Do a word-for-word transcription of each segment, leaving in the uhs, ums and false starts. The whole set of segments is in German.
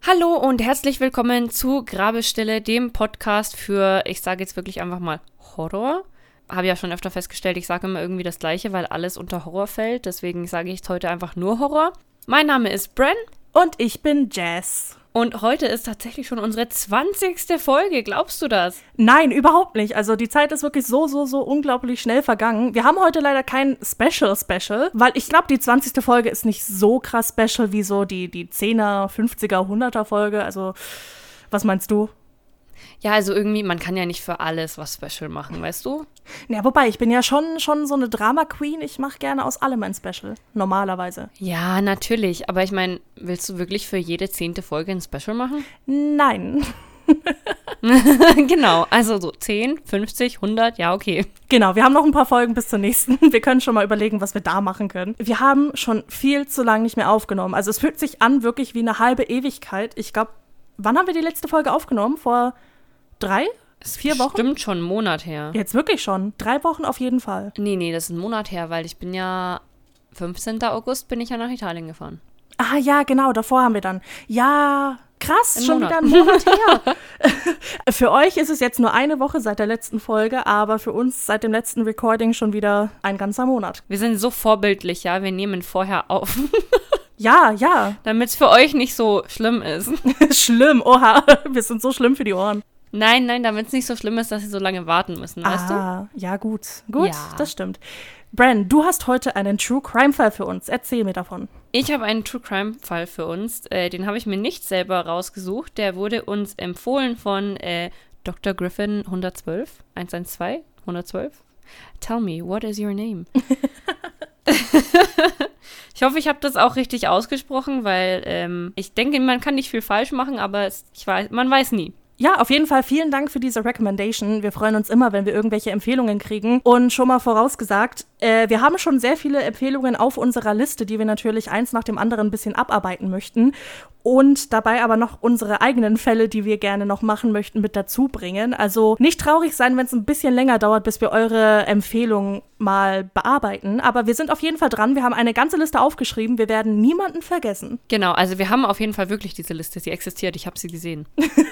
Hallo und herzlich willkommen zu Grabestille, dem Podcast für, ich sage jetzt wirklich einfach mal Horror. Habe ja schon öfter festgestellt, ich sage immer irgendwie das Gleiche, weil alles unter Horror fällt. Deswegen sage ich heute einfach nur Horror. Mein Name ist Bren. Und ich bin Jess. Und heute ist tatsächlich schon unsere zwanzigste Folge. Glaubst du das? Nein, überhaupt nicht. Also die Zeit ist wirklich so, so, so unglaublich schnell vergangen. Wir haben heute leider kein Special-Special, weil ich glaube, die zwanzigste Folge ist nicht so krass special wie so die, die zehner, fünfziger, hunderter Folge. Also, was meinst du? Ja, also irgendwie, man kann ja nicht für alles was Special machen, weißt du? Ja, wobei, ich bin ja schon, schon so eine Drama-Queen. Ich mache gerne aus allem ein Special, normalerweise. Ja, natürlich. Aber ich meine, willst du wirklich für jede zehnte Folge ein Special machen? Nein. Genau, also so zehn, fünfzig, hundert, ja, okay. Genau, wir haben noch ein paar Folgen bis zur nächsten. Wir können schon mal überlegen, was wir da machen können. Wir haben schon viel zu lange nicht mehr aufgenommen. Also es fühlt sich an wirklich wie eine halbe Ewigkeit. Ich glaube, wann haben wir die letzte Folge aufgenommen? Vor drei? Es Vier Wochen? Stimmt schon, einen Monat her. Jetzt wirklich schon. Drei Wochen auf jeden Fall. Nee, nee, das ist ein Monat her, weil ich bin ja, fünfzehnten August bin ich ja nach Italien gefahren. Ah ja, genau, davor haben wir dann. Ja, krass, Ein schon Monat. wieder einen Monat her. Für euch ist es jetzt nur eine Woche seit der letzten Folge, aber für uns seit dem letzten Recording schon wieder ein ganzer Monat. Wir sind so vorbildlich, ja, wir nehmen vorher auf. Ja, ja. Damit es für euch nicht so schlimm ist. Schlimm, oha, wir sind so schlimm für die Ohren. Nein, nein, damit es nicht so schlimm ist, dass sie so lange warten müssen, weißt du? Ah, ja gut, gut, Ja. das stimmt. Bran, du hast heute einen True-Crime-Fall für uns. Erzähl mir davon. Ich habe einen True-Crime-Fall für uns. Äh, den habe ich mir nicht selber rausgesucht. Der wurde uns empfohlen von äh, Doktor Griffin hundertzwölf. eins eins zwei, hundertzwölf. Tell me, what is your name? Ich hoffe, ich habe das auch richtig ausgesprochen, weil ähm, ich denke, man kann nicht viel falsch machen, aber es, ich weiß, man weiß nie. Ja, auf jeden Fall vielen Dank für diese Recommendation. Wir freuen uns immer, wenn wir irgendwelche Empfehlungen kriegen. Und schon mal vorausgesagt, äh, wir haben schon sehr viele Empfehlungen auf unserer Liste, die wir natürlich eins nach dem anderen ein bisschen abarbeiten möchten. Und dabei aber noch unsere eigenen Fälle, die wir gerne noch machen möchten, mit dazu bringen. Also nicht traurig sein, wenn es ein bisschen länger dauert, bis wir eure Empfehlungen mal bearbeiten. Aber wir sind auf jeden Fall dran. Wir haben eine ganze Liste aufgeschrieben. Wir werden niemanden vergessen. Genau, also wir haben auf jeden Fall wirklich diese Liste. Sie existiert, ich habe sie gesehen.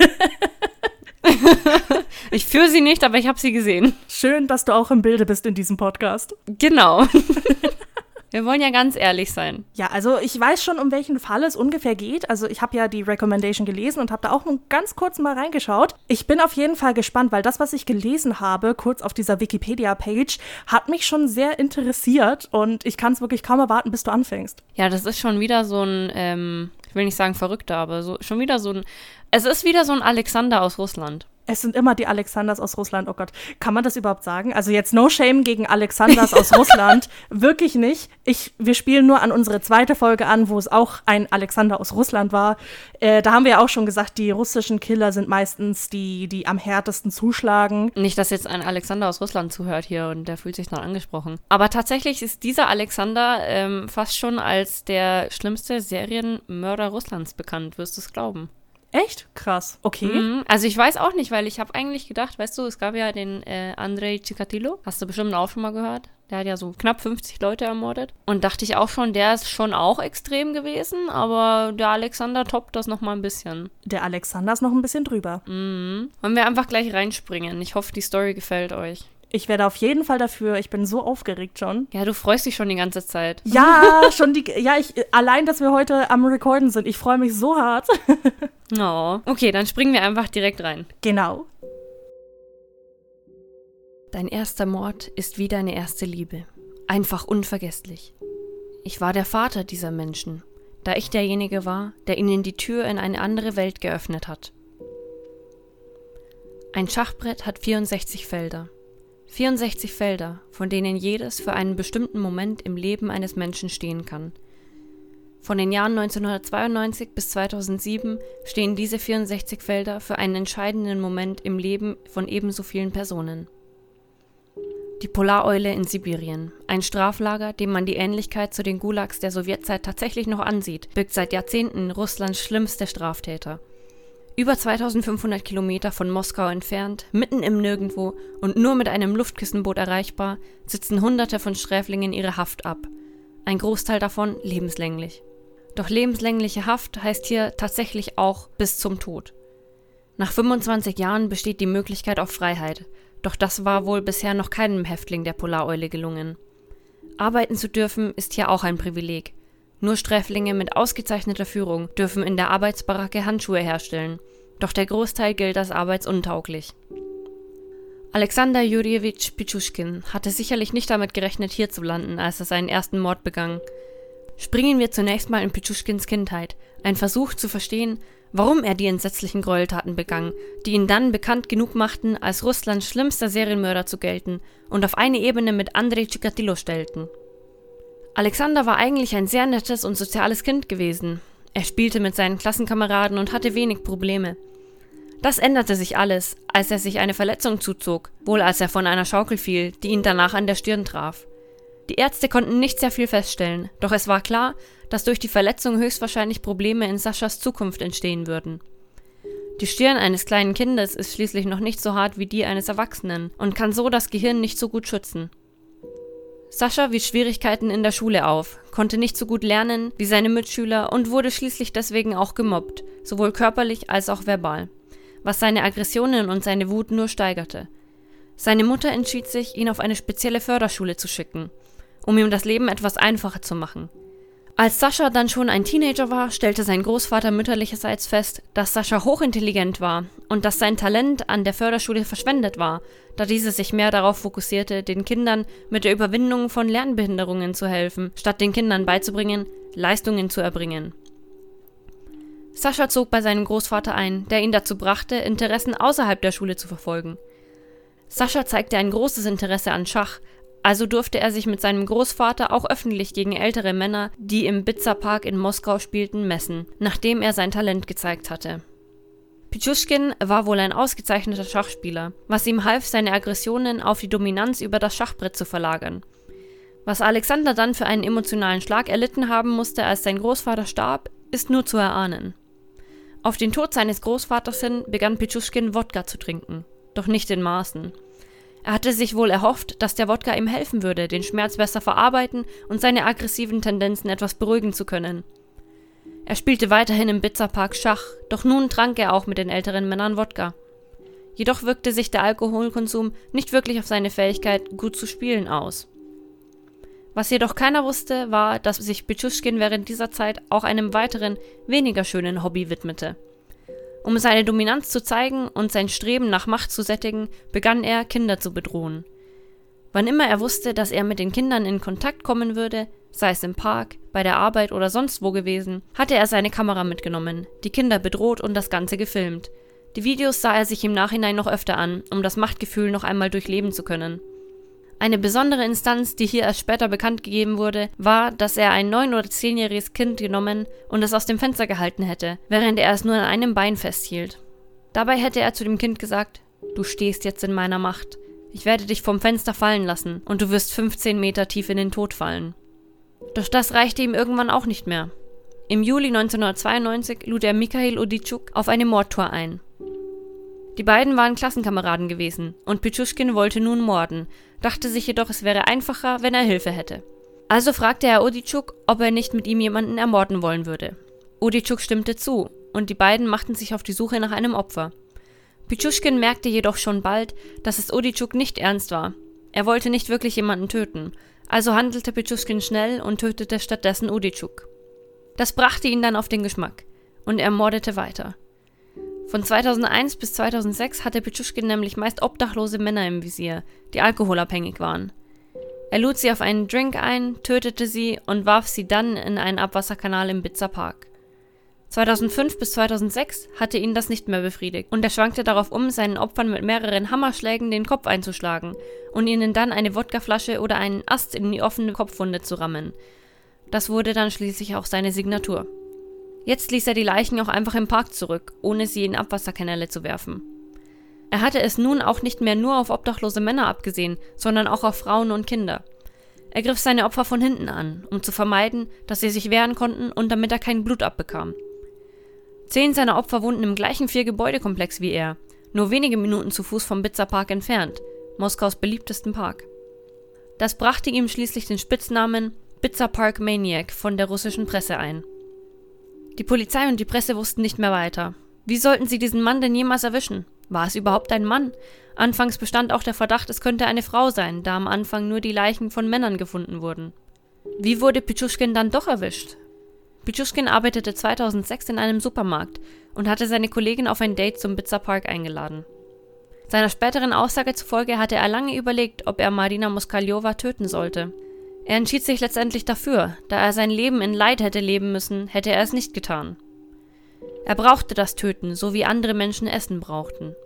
Ich führe sie nicht, aber ich habe sie gesehen. Schön, dass du auch im Bilde bist in diesem Podcast. Genau. Wir wollen ja ganz ehrlich sein. Ja, also ich weiß schon, um welchen Fall es ungefähr geht. Also ich habe ja die Recommendation gelesen und habe da auch nur ganz kurz mal reingeschaut. Ich bin auf jeden Fall gespannt, weil das, was ich gelesen habe, kurz auf dieser Wikipedia-Page, hat mich schon sehr interessiert und ich kann es wirklich kaum erwarten, bis du anfängst. Ja, das ist schon wieder so ein, ähm, ich will nicht sagen Verrückter, aber so schon wieder so ein, es ist wieder so ein Alexander aus Russland. Es sind immer die Alexanders aus Russland. Oh Gott, kann man das überhaupt sagen? Also jetzt no shame gegen Alexanders aus Russland. Wirklich nicht. Ich, wir spielen nur an unsere zweite Folge an, wo es auch ein Alexander aus Russland war. Äh, da haben wir ja auch schon gesagt, die russischen Killer sind meistens die, die am härtesten zuschlagen. Nicht, dass jetzt ein Alexander aus Russland zuhört hier und der fühlt sich dann angesprochen. Aber tatsächlich ist dieser Alexander ähm, fast schon als der schlimmste Serienmörder Russlands bekannt, wirst du es glauben. Echt? Krass. Okay. Mhm. Also ich weiß auch nicht, weil ich habe eigentlich gedacht, weißt du, es gab ja den äh, Andrei Chikatilo, hast du bestimmt auch schon mal gehört. Der hat ja so knapp fünfzig Leute ermordet. Und dachte ich auch schon, der ist schon auch extrem gewesen, aber der Alexander toppt das nochmal ein bisschen. Der Alexander ist noch ein bisschen drüber. Mhm. Wollen wir einfach gleich reinspringen. Ich hoffe, die Story gefällt euch. Ich werde auf jeden Fall dafür. Ich bin so aufgeregt schon. Ja, du freust dich schon die ganze Zeit. Ja, schon die. Ja, ich allein, dass wir heute am Recorden sind. Ich freue mich so hart. Oh. Okay, dann springen wir einfach direkt rein. Genau. Dein erster Mord ist wie deine erste Liebe. Einfach unvergesslich. Ich war der Vater dieser Menschen, da ich derjenige war, der ihnen die Tür in eine andere Welt geöffnet hat. Ein Schachbrett hat vierundsechzig Felder. vierundsechzig Felder, von denen jedes für einen bestimmten Moment im Leben eines Menschen stehen kann. Von den Jahren neunzehnhundertzweiundneunzig bis zweitausendsieben stehen diese vierundsechzig Felder für einen entscheidenden Moment im Leben von ebenso vielen Personen. Die Polareule in Sibirien, ein Straflager, dem man die Ähnlichkeit zu den Gulags der Sowjetzeit tatsächlich noch ansieht, birgt seit Jahrzehnten Russlands schlimmste Straftäter. Über zweitausendfünfhundert Kilometer von Moskau entfernt, mitten im Nirgendwo und nur mit einem Luftkissenboot erreichbar, sitzen Hunderte von Sträflingen ihre Haft ab. Ein Großteil davon lebenslänglich. Doch lebenslängliche Haft heißt hier tatsächlich auch bis zum Tod. Nach fünfundzwanzig Jahren besteht die Möglichkeit auf Freiheit, doch das war wohl bisher noch keinem Häftling der Polareule gelungen. Arbeiten zu dürfen ist hier auch ein Privileg. Nur Sträflinge mit ausgezeichneter Führung dürfen in der Arbeitsbaracke Handschuhe herstellen, doch der Großteil gilt als arbeitsuntauglich. Alexander Jurjewitsch Pichuschkin hatte sicherlich nicht damit gerechnet, hier zu landen, als er seinen ersten Mord begangen. Springen wir zunächst mal in Pichuschkins Kindheit, ein Versuch zu verstehen, warum er die entsetzlichen Gräueltaten begangen, die ihn dann bekannt genug machten, als Russlands schlimmster Serienmörder zu gelten und auf eine Ebene mit Andrei Chikatilo stellten. Alexander war eigentlich ein sehr nettes und soziales Kind gewesen. Er spielte mit seinen Klassenkameraden und hatte wenig Probleme. Das änderte sich alles, als er sich eine Verletzung zuzog, wohl als er von einer Schaukel fiel, die ihn danach an der Stirn traf. Die Ärzte konnten nicht sehr viel feststellen, doch es war klar, dass durch die Verletzung höchstwahrscheinlich Probleme in Saschas Zukunft entstehen würden. Die Stirn eines kleinen Kindes ist schließlich noch nicht so hart wie die eines Erwachsenen und kann so das Gehirn nicht so gut schützen. Sascha wies Schwierigkeiten in der Schule auf, konnte nicht so gut lernen wie seine Mitschüler und wurde schließlich deswegen auch gemobbt, sowohl körperlich als auch verbal, was seine Aggressionen und seine Wut nur steigerte. Seine Mutter entschied sich, ihn auf eine spezielle Förderschule zu schicken, um ihm das Leben etwas einfacher zu machen. Als Sascha dann schon ein Teenager war, stellte sein Großvater mütterlicherseits fest, dass Sascha hochintelligent war und dass sein Talent an der Förderschule verschwendet war, da diese sich mehr darauf fokussierte, den Kindern mit der Überwindung von Lernbehinderungen zu helfen, statt den Kindern beizubringen, Leistungen zu erbringen. Sascha zog bei seinem Großvater ein, der ihn dazu brachte, Interessen außerhalb der Schule zu verfolgen. Sascha zeigte ein großes Interesse an Schach, also durfte er sich mit seinem Großvater auch öffentlich gegen ältere Männer, die im Bitzer-Park in Moskau spielten, messen, nachdem er sein Talent gezeigt hatte. Pichuschkin war wohl ein ausgezeichneter Schachspieler, was ihm half, seine Aggressionen auf die Dominanz über das Schachbrett zu verlagern. Was Alexander dann für einen emotionalen Schlag erlitten haben musste, als sein Großvater starb, ist nur zu erahnen. Auf den Tod seines Großvaters hin begann Pichuschkin Wodka zu trinken, doch nicht in Maßen. Er hatte sich wohl erhofft, dass der Wodka ihm helfen würde, den Schmerz besser verarbeiten und seine aggressiven Tendenzen etwas beruhigen zu können. Er spielte weiterhin im Bitzer-Park Schach, doch nun trank er auch mit den älteren Männern Wodka. Jedoch wirkte sich der Alkoholkonsum nicht wirklich auf seine Fähigkeit, gut zu spielen, aus. Was jedoch keiner wusste, war, dass sich Pichuschkin während dieser Zeit auch einem weiteren, weniger schönen Hobby widmete. Um seine Dominanz zu zeigen und sein Streben nach Macht zu sättigen, begann er, Kinder zu bedrohen. Wann immer er wusste, dass er mit den Kindern in Kontakt kommen würde, sei es im Park, bei der Arbeit oder sonst wo gewesen, hatte er seine Kamera mitgenommen, die Kinder bedroht und das Ganze gefilmt. Die Videos sah er sich im Nachhinein noch öfter an, um das Machtgefühl noch einmal durchleben zu können. Eine besondere Instanz, die hier erst später bekannt gegeben wurde, war, dass er ein neun- oder zehnjähriges Kind genommen und es aus dem Fenster gehalten hätte, während er es nur an einem Bein festhielt. Dabei hätte er zu dem Kind gesagt: „Du stehst jetzt in meiner Macht. Ich werde dich vom Fenster fallen lassen und du wirst fünfzehn Meter tief in den Tod fallen." Doch das reichte ihm irgendwann auch nicht mehr. Im Juli neunzehnhundertzweiundneunzig lud er Mikhail Oditschuk auf eine Mordtour ein. Die beiden waren Klassenkameraden gewesen und Pichuschkin wollte nun morden, dachte sich jedoch, es wäre einfacher, wenn er Hilfe hätte. Also fragte er Oditschuk, ob er nicht mit ihm jemanden ermorden wollen würde. Oditschuk stimmte zu und die beiden machten sich auf die Suche nach einem Opfer. Pichuschkin merkte jedoch schon bald, dass es Oditschuk nicht ernst war. Er wollte nicht wirklich jemanden töten, also handelte Pichuschkin schnell und tötete stattdessen Oditschuk. Das brachte ihn dann auf den Geschmack und er mordete weiter. Von zweitausendeins bis zweitausendsechs hatte Pichuschkin nämlich meist obdachlose Männer im Visier, die alkoholabhängig waren. Er lud sie auf einen Drink ein, tötete sie und warf sie dann in einen Abwasserkanal im Bitzer Park. zweitausendfünf bis zweitausendsechs hatte ihn das nicht mehr befriedigt und er schwankte darauf um, seinen Opfern mit mehreren Hammerschlägen den Kopf einzuschlagen und ihnen dann eine Wodkaflasche oder einen Ast in die offene Kopfwunde zu rammen. Das wurde dann schließlich auch seine Signatur. Jetzt ließ er die Leichen auch einfach im Park zurück, ohne sie in Abwasserkanäle zu werfen. Er hatte es nun auch nicht mehr nur auf obdachlose Männer abgesehen, sondern auch auf Frauen und Kinder. Er griff seine Opfer von hinten an, um zu vermeiden, dass sie sich wehren konnten und damit er kein Blut abbekam. Zehn seiner Opfer wohnten im gleichen Vier-Gebäude-Komplex wie er, nur wenige Minuten zu Fuß vom Bitzer Park entfernt, Moskaus beliebtesten Park. Das brachte ihm schließlich den Spitznamen Bitzer Park Maniac von der russischen Presse ein. Die Polizei und die Presse wussten nicht mehr weiter. Wie sollten sie diesen Mann denn jemals erwischen? War es überhaupt ein Mann? Anfangs bestand auch der Verdacht, es könnte eine Frau sein, da am Anfang nur die Leichen von Männern gefunden wurden. Wie wurde Pichuschkin dann doch erwischt? Pichuschkin arbeitete zweitausendsechs in einem Supermarkt und hatte seine Kollegin auf ein Date zum Bitzer Park eingeladen. Seiner späteren Aussage zufolge hatte er lange überlegt, ob er Marina Moskaljova töten sollte. Er entschied sich letztendlich dafür, da er sein Leben in Leid hätte leben müssen, hätte er es nicht getan. Er brauchte das Töten, so wie andere Menschen Essen brauchten.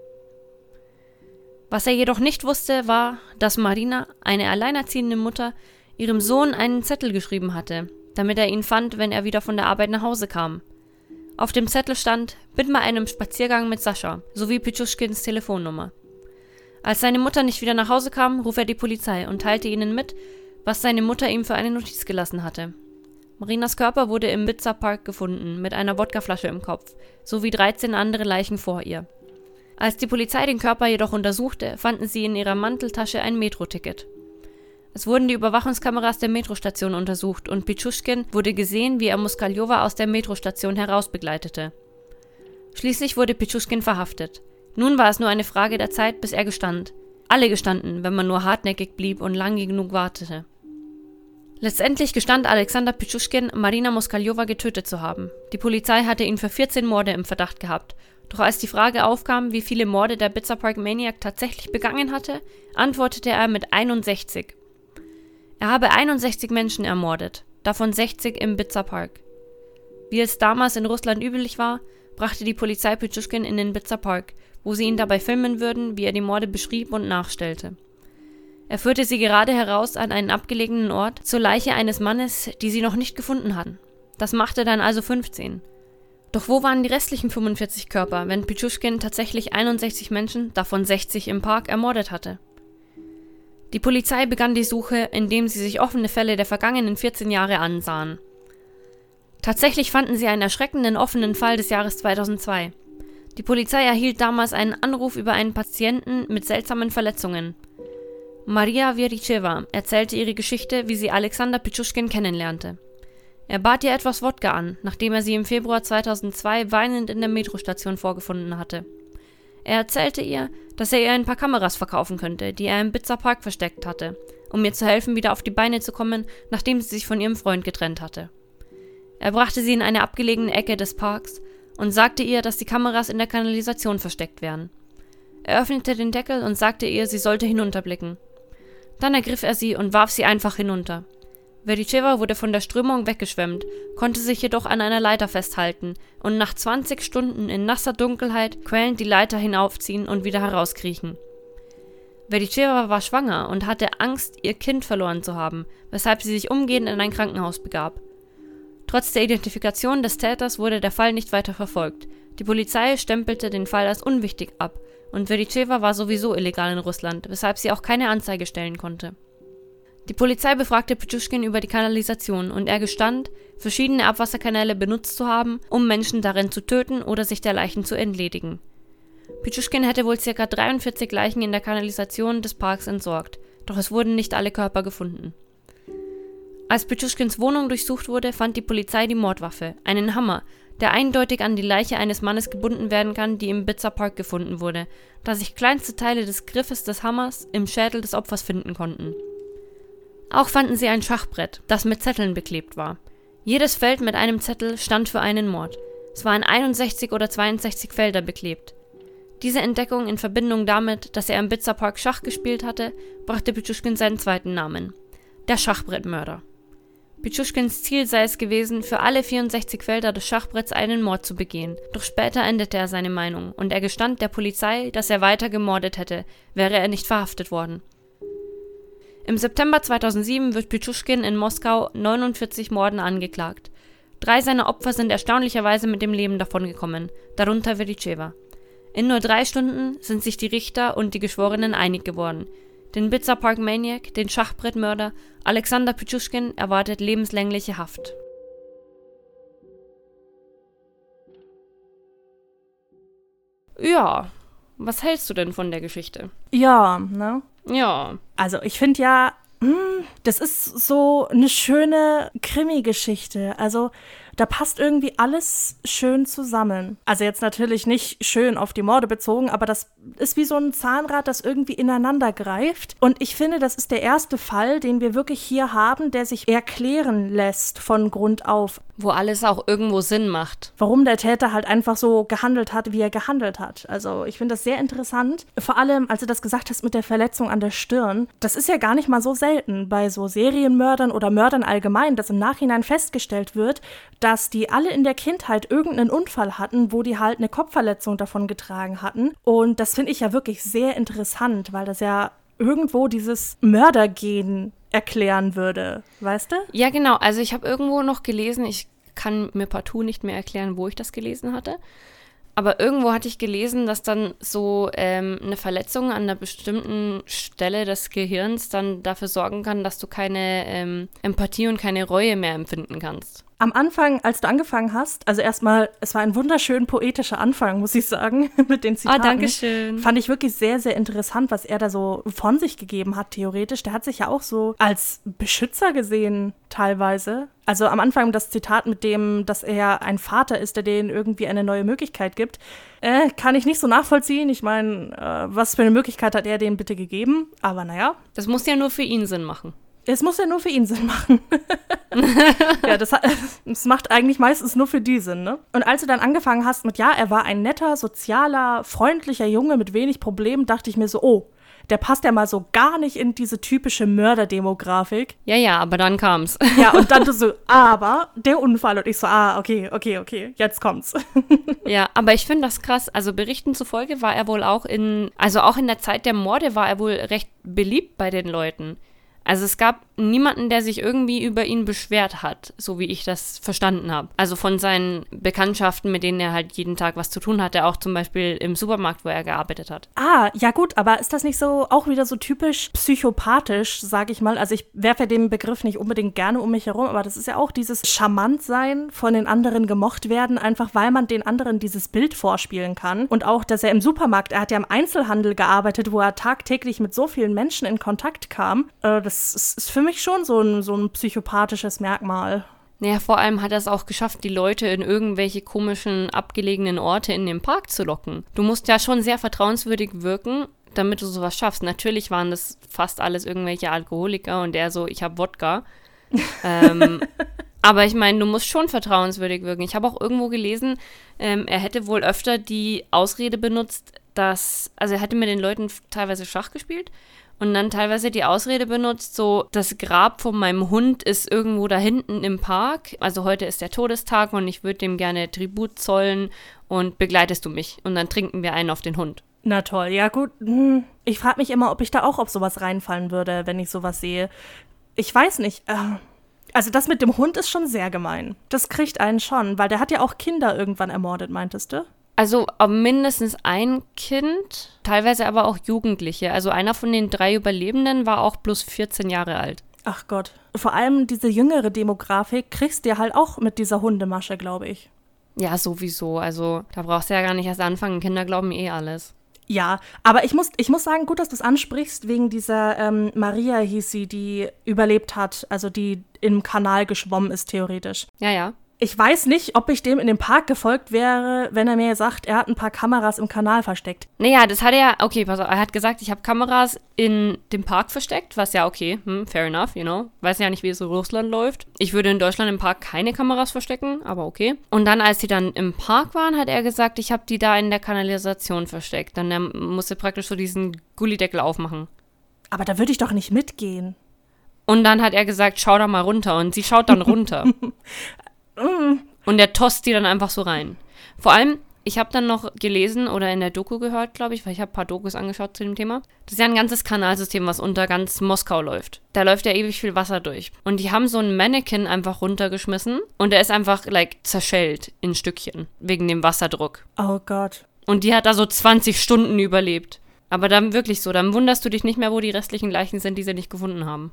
Was er jedoch nicht wusste, war, dass Marina, eine alleinerziehende Mutter, ihrem Sohn einen Zettel geschrieben hatte, damit er ihn fand, wenn er wieder von der Arbeit nach Hause kam. Auf dem Zettel stand: Bin bei einem Spaziergang mit Sascha, sowie Pichuschkins Telefonnummer. Als seine Mutter nicht wieder nach Hause kam, rief er die Polizei und teilte ihnen mit, was seine Mutter ihm für eine Notiz gelassen hatte. Marinas Körper wurde im Bitzer Park gefunden, mit einer Wodkaflasche im Kopf, sowie dreizehn andere Leichen vor ihr. Als die Polizei den Körper jedoch untersuchte, fanden sie in ihrer Manteltasche ein Metroticket. Es wurden die Überwachungskameras der Metrostation untersucht und Pichuschkin wurde gesehen, wie er Moskaljova aus der Metrostation herausbegleitete. Schließlich wurde Pichuschkin verhaftet. Nun war es nur eine Frage der Zeit, bis er gestand. Alle gestanden, wenn man nur hartnäckig blieb und lange genug wartete. Letztendlich gestand Alexander Pichuschkin, Marina Moskaljova getötet zu haben. Die Polizei hatte ihn für vierzehn Morde im Verdacht gehabt. Doch als die Frage aufkam, wie viele Morde der Bitzer Park Maniac tatsächlich begangen hatte, antwortete er mit einundsechzig. Er habe einundsechzig Menschen ermordet, davon sechzig im Bitzer Park. Wie es damals in Russland üblich war, brachte die Polizei Pichuschkin in den Bitzer Park, wo sie ihn dabei filmen würden, wie er die Morde beschrieb und nachstellte. Er führte sie gerade heraus an einen abgelegenen Ort zur Leiche eines Mannes, die sie noch nicht gefunden hatten. Das machte dann also fünfzehn. Doch wo waren die restlichen fünfundvierzig Körper, wenn Pichuschkin tatsächlich einundsechzig Menschen, davon sechzig im Park, ermordet hatte? Die Polizei begann die Suche, indem sie sich offene Fälle der vergangenen vierzehn Jahre ansahen. Tatsächlich fanden sie einen erschreckenden offenen Fall des Jahres zweitausendzwei. Die Polizei erhielt damals einen Anruf über einen Patienten mit seltsamen Verletzungen. Maria Vericheva erzählte ihre Geschichte, wie sie Alexander Pichuschkin kennenlernte. Er bat ihr etwas Wodka an, nachdem er sie im Februar zweitausendzwei weinend in der Metrostation vorgefunden hatte. Er erzählte ihr, dass er ihr ein paar Kameras verkaufen könnte, die er im Bitzer Park versteckt hatte, um ihr zu helfen, wieder auf die Beine zu kommen, nachdem sie sich von ihrem Freund getrennt hatte. Er brachte sie in eine abgelegene Ecke des Parks und sagte ihr, dass die Kameras in der Kanalisation versteckt wären. Er öffnete den Deckel und sagte ihr, sie sollte hinunterblicken. Dann ergriff er sie und warf sie einfach hinunter. Vericheva wurde von der Strömung weggeschwemmt, konnte sich jedoch an einer Leiter festhalten und nach zwanzig Stunden in nasser Dunkelheit quälend die Leiter hinaufziehen und wieder herauskriechen. Vericheva war schwanger und hatte Angst, ihr Kind verloren zu haben, weshalb sie sich umgehend in ein Krankenhaus begab. Trotz der Identifikation des Täters wurde der Fall nicht weiter verfolgt. Die Polizei stempelte den Fall als unwichtig ab und Vericheva war sowieso illegal in Russland, weshalb sie auch keine Anzeige stellen konnte. Die Polizei befragte Pichuschkin über die Kanalisation und er gestand, verschiedene Abwasserkanäle benutzt zu haben, um Menschen darin zu töten oder sich der Leichen zu entledigen. Pichuschkin hätte wohl ca. dreiundvierzig Leichen in der Kanalisation des Parks entsorgt, doch es wurden nicht alle Körper gefunden. Als Pichuschkins Wohnung durchsucht wurde, fand die Polizei die Mordwaffe, einen Hammer, der eindeutig an die Leiche eines Mannes gebunden werden kann, die im Bitzer Park gefunden wurde, da sich kleinste Teile des Griffes des Hammers im Schädel des Opfers finden konnten. Auch fanden sie ein Schachbrett, das mit Zetteln beklebt war. Jedes Feld mit einem Zettel stand für einen Mord. Es waren einundsechzig oder zweiundsechzig Felder beklebt. Diese Entdeckung in Verbindung damit, dass er im Bitzer Park Schach gespielt hatte, brachte Pichuschkin seinen zweiten Namen: der Schachbrettmörder. Pichuschkins Ziel sei es gewesen, für alle vierundsechzig Felder des Schachbretts einen Mord zu begehen, doch später änderte er seine Meinung und er gestand der Polizei, dass er weiter gemordet hätte, wäre er nicht verhaftet worden. Im September zweitausendsieben wird Pichuschkin in Moskau neunundvierzig Morden angeklagt. Drei seiner Opfer sind erstaunlicherweise mit dem Leben davongekommen, darunter Vericheva. In nur drei Stunden sind sich die Richter und die Geschworenen einig geworden. Den Bitzer Park Maniac, den Schachbrettmörder Alexander Pichuschkin, erwartet lebenslängliche Haft. Ja, was hältst du denn von der Geschichte? Ja, ne? Ja. Also ich finde ja, mh, das ist so eine schöne Krimi-Geschichte. Also da passt irgendwie alles schön zusammen. Also jetzt natürlich nicht schön auf die Morde bezogen, aber das ist wie so ein Zahnrad, das irgendwie ineinander greift. Und ich finde, das ist der erste Fall, den wir wirklich hier haben, der sich erklären lässt von Grund auf. Wo alles auch irgendwo Sinn macht. Warum der Täter halt einfach so gehandelt hat, wie er gehandelt hat. Also ich finde das sehr interessant. Vor allem, als du das gesagt hast mit der Verletzung an der Stirn. Das ist ja gar nicht mal so selten bei so Serienmördern oder Mördern allgemein, dass im Nachhinein festgestellt wird, dass die alle in der Kindheit irgendeinen Unfall hatten, wo die halt eine Kopfverletzung davon getragen hatten. Und das finde ich ja wirklich sehr interessant, weil das ja irgendwo dieses Mördergen erklären würde, weißt du? Ja, genau. Also ich habe irgendwo noch gelesen, ich kann mir partout nicht mehr erklären, wo ich das gelesen hatte, aber irgendwo hatte ich gelesen, dass dann so ähm, eine Verletzung an einer bestimmten Stelle des Gehirns dann dafür sorgen kann, dass du keine ähm, Empathie und keine Reue mehr empfinden kannst. Am Anfang, als du angefangen hast, also erstmal, es war ein wunderschön poetischer Anfang, muss ich sagen, mit den Zitaten. Ah, danke schön. Fand ich wirklich sehr, sehr interessant, was er da so von sich gegeben hat, theoretisch. Der hat sich ja auch so als Beschützer gesehen, teilweise. Also am Anfang das Zitat mit dem, dass er ein Vater ist, der denen irgendwie eine neue Möglichkeit gibt, äh, kann ich nicht so nachvollziehen. Ich meine, äh, was für eine Möglichkeit hat er denen bitte gegeben? Aber naja. Das muss ja nur für ihn Sinn machen. Es muss ja nur für ihn Sinn machen. Ja, das, hat, das macht eigentlich meistens nur für die Sinn, ne? Und als du dann angefangen hast mit, ja, er war ein netter, sozialer, freundlicher Junge mit wenig Problemen, dachte ich mir so, oh, der passt ja mal so gar nicht in diese typische Mörderdemografik. Ja, ja, aber dann kam's. Ja, und dann du so, aber der Unfall. Und ich so, ah, okay, okay, okay, jetzt kommt's. Ja, aber ich finde das krass. Also Berichten zufolge war er wohl auch in, also auch in der Zeit der Morde war er wohl recht beliebt bei den Leuten. Also es gab niemanden, der sich irgendwie über ihn beschwert hat, so wie ich das verstanden habe. Also von seinen Bekanntschaften, mit denen er halt jeden Tag was zu tun hatte, auch zum Beispiel im Supermarkt, wo er gearbeitet hat. Ah, ja gut, aber ist das nicht so auch wieder so typisch psychopathisch, sag ich mal? Also ich werfe den Begriff nicht unbedingt gerne um mich herum, aber das ist ja auch dieses Charmantsein, von den anderen gemocht werden, einfach weil man den anderen dieses Bild vorspielen kann. Und auch, dass er im Supermarkt, er hat ja im Einzelhandel gearbeitet, wo er tagtäglich mit so vielen Menschen in Kontakt kam. Äh, das Das ist für mich schon so ein, so ein psychopathisches Merkmal. Naja, vor allem hat er es auch geschafft, die Leute in irgendwelche komischen, abgelegenen Orte in den Park zu locken. Du musst ja schon sehr vertrauenswürdig wirken, damit du sowas schaffst. Natürlich waren das fast alles irgendwelche Alkoholiker und er so, ich hab Wodka. ähm, aber ich meine, du musst schon vertrauenswürdig wirken. Ich habe auch irgendwo gelesen, ähm, er hätte wohl öfter die Ausrede benutzt, dass, also er hätte mit den Leuten teilweise Schach gespielt und dann teilweise die Ausrede benutzt, so, das Grab von meinem Hund ist irgendwo da hinten im Park. Also heute ist der Todestag und ich würde dem gerne Tribut zollen und begleitest du mich? Und dann trinken wir einen auf den Hund. Na toll, ja gut. Ich frage mich immer, ob ich da auch auf sowas reinfallen würde, wenn ich sowas sehe. Ich weiß nicht. Also das mit dem Hund ist schon sehr gemein. Das kriegt einen schon, weil der hat ja auch Kinder irgendwann ermordet, meintest du? Also mindestens ein Kind, teilweise aber auch Jugendliche. Also einer von den drei Überlebenden war auch bloß vierzehn Jahre alt. Ach Gott. Vor allem diese jüngere Demografik kriegst du ja halt auch mit dieser Hundemasche, glaube ich. Ja, sowieso. Also da brauchst du ja gar nicht erst anfangen. Kinder glauben eh alles. Ja, aber ich muss, ich muss sagen, gut, dass du es ansprichst, wegen dieser ähm, Maria hieß sie, die überlebt hat, also die im Kanal geschwommen ist, theoretisch. Ja, ja. Ich weiß nicht, ob ich dem in dem Park gefolgt wäre, wenn er mir sagt, er hat ein paar Kameras im Kanal versteckt. Naja, das hat er, okay, pass auf, er hat gesagt, ich habe Kameras in dem Park versteckt, was ja okay, hm, fair enough, you know. Weiß ja nicht, wie es in Russland läuft. Ich würde in Deutschland im Park keine Kameras verstecken, aber okay. Und dann, als die dann im Park waren, hat er gesagt, ich habe die da in der Kanalisation versteckt. Dann er musste praktisch so diesen Gullideckel aufmachen. Aber da würde ich doch nicht mitgehen. Und dann hat er gesagt, schau da mal runter. Und sie schaut dann runter. Und der tost die dann einfach so rein. Vor allem, ich habe dann noch gelesen oder in der Doku gehört, glaube ich, weil ich habe ein paar Dokus angeschaut zu dem Thema. Das ist ja ein ganzes Kanalsystem, was unter ganz Moskau läuft. Da läuft ja ewig viel Wasser durch. Und die haben so ein Mannequin einfach runtergeschmissen und der ist einfach, like, zerschellt in Stückchen wegen dem Wasserdruck. Oh Gott. Und die hat da so zwanzig Stunden überlebt. Aber dann wirklich so, dann wunderst du dich nicht mehr, wo die restlichen Leichen sind, die sie nicht gefunden haben.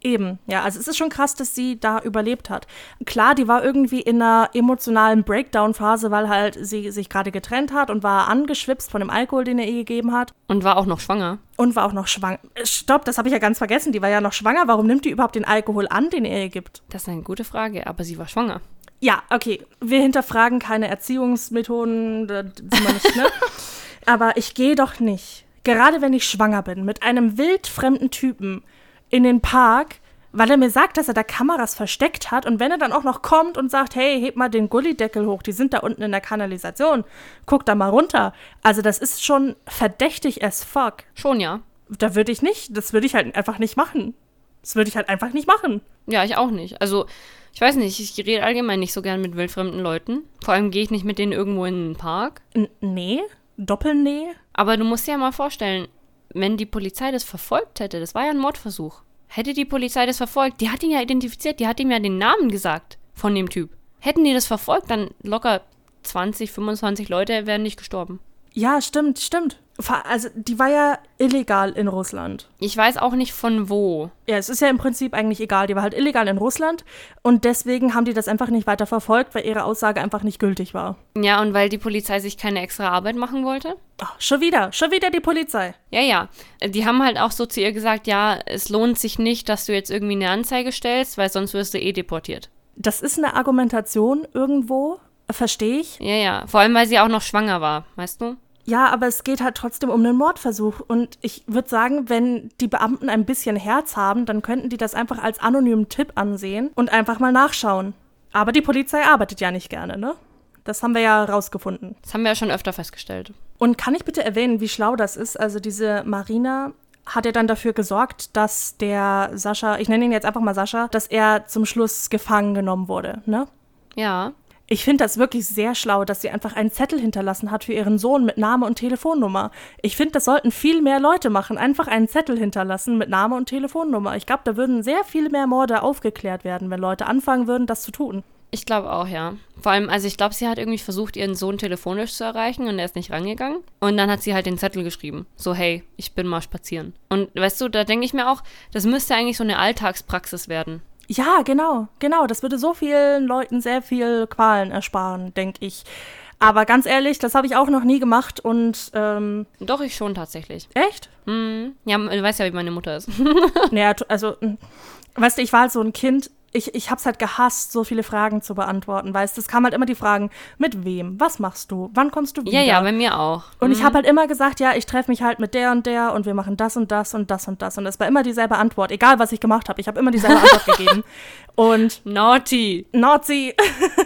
Eben, ja, also es ist schon krass, dass sie da überlebt hat. Klar, die war irgendwie in einer emotionalen Breakdown-Phase, weil halt sie sich gerade getrennt hat und war angeschwipst von dem Alkohol, den er ihr gegeben hat. Und war auch noch schwanger. Und war auch noch schwanger. Stopp, das habe ich ja ganz vergessen, die war ja noch schwanger. Warum nimmt die überhaupt den Alkohol an, den er ihr gibt? Das ist eine gute Frage, aber sie war schwanger. Ja, okay, wir hinterfragen keine Erziehungsmethoden, das sind wir nicht, ne? Aber ich gehe doch nicht, gerade wenn ich schwanger bin, mit einem wildfremden Typen in den Park, weil er mir sagt, dass er da Kameras versteckt hat. Und wenn er dann auch noch kommt und sagt, hey, heb mal den Gullideckel hoch, die sind da unten in der Kanalisation, guck da mal runter. Also das ist schon verdächtig as fuck. Schon, ja. Da würde ich nicht, das würde ich halt einfach nicht machen. Das würde ich halt einfach nicht machen. Ja, ich auch nicht. Also, ich weiß nicht, ich rede allgemein nicht so gern mit wildfremden Leuten. Vor allem gehe ich nicht mit denen irgendwo in den Park. N- nee, Doppelnee. Aber du musst dir ja mal vorstellen, wenn die Polizei das verfolgt hätte, das war ja ein Mordversuch. Hätte die Polizei das verfolgt, die hat ihn ja identifiziert, die hat ihm ja den Namen gesagt von dem Typ. Hätten die das verfolgt, dann locker zwanzig, fünfundzwanzig Leute wären nicht gestorben. Ja, stimmt, stimmt. Also die war ja illegal in Russland. Ich weiß auch nicht von wo. Ja, es ist ja im Prinzip eigentlich egal. Die war halt illegal in Russland und deswegen haben die das einfach nicht weiter verfolgt, weil ihre Aussage einfach nicht gültig war. Ja, und weil die Polizei sich keine extra Arbeit machen wollte? Oh, schon wieder, schon wieder die Polizei. Ja, ja. Die haben halt auch so zu ihr gesagt, ja, es lohnt sich nicht, dass du jetzt irgendwie eine Anzeige stellst, weil sonst wirst du eh deportiert. Das ist eine Argumentation irgendwo, verstehe ich. Ja, ja. Vor allem, weil sie auch noch schwanger war, weißt du? Ja, aber es geht halt trotzdem um einen Mordversuch. Und ich würde sagen, wenn die Beamten ein bisschen Herz haben, dann könnten die das einfach als anonymen Tipp ansehen und einfach mal nachschauen. Aber die Polizei arbeitet ja nicht gerne, ne? Das haben wir ja rausgefunden. Das haben wir ja schon öfter festgestellt. Und kann ich bitte erwähnen, wie schlau das ist? Also diese Marina hat ja dann dafür gesorgt, dass der Sascha, ich nenne ihn jetzt einfach mal Sascha, dass er zum Schluss gefangen genommen wurde, ne? Ja. Ich finde das wirklich sehr schlau, dass sie einfach einen Zettel hinterlassen hat für ihren Sohn mit Name und Telefonnummer. Ich finde, das sollten viel mehr Leute machen. Einfach einen Zettel hinterlassen mit Name und Telefonnummer. Ich glaube, da würden sehr viel mehr Morde aufgeklärt werden, wenn Leute anfangen würden, das zu tun. Ich glaube auch, ja. Vor allem, also ich glaube, sie hat irgendwie versucht, ihren Sohn telefonisch zu erreichen und er ist nicht rangegangen. Und dann hat sie halt den Zettel geschrieben. So, hey, ich bin mal spazieren. Und weißt du, da denke ich mir auch, das müsste eigentlich so eine Alltagspraxis werden. Ja, genau, genau. Das würde so vielen Leuten sehr viel Qualen ersparen, denke ich. Aber ganz ehrlich, das habe ich auch noch nie gemacht und, ähm... Doch, ich schon tatsächlich. Echt? Mhm. Ja, du weißt ja, wie meine Mutter ist. Naja, also, weißt du, ich war halt so ein Kind, ich, ich hab's halt gehasst, so viele Fragen zu beantworten, weißt du, es kamen halt immer die Fragen, mit wem, was machst du, wann kommst du wieder? Ja, ja, bei mir auch. Und mhm. ich habe halt immer gesagt, ja, ich treffe mich halt mit der und der und wir machen das und das und das und das und es war immer dieselbe Antwort, egal was ich gemacht habe, ich habe immer dieselbe Antwort gegeben. Und Naughty. Naughty.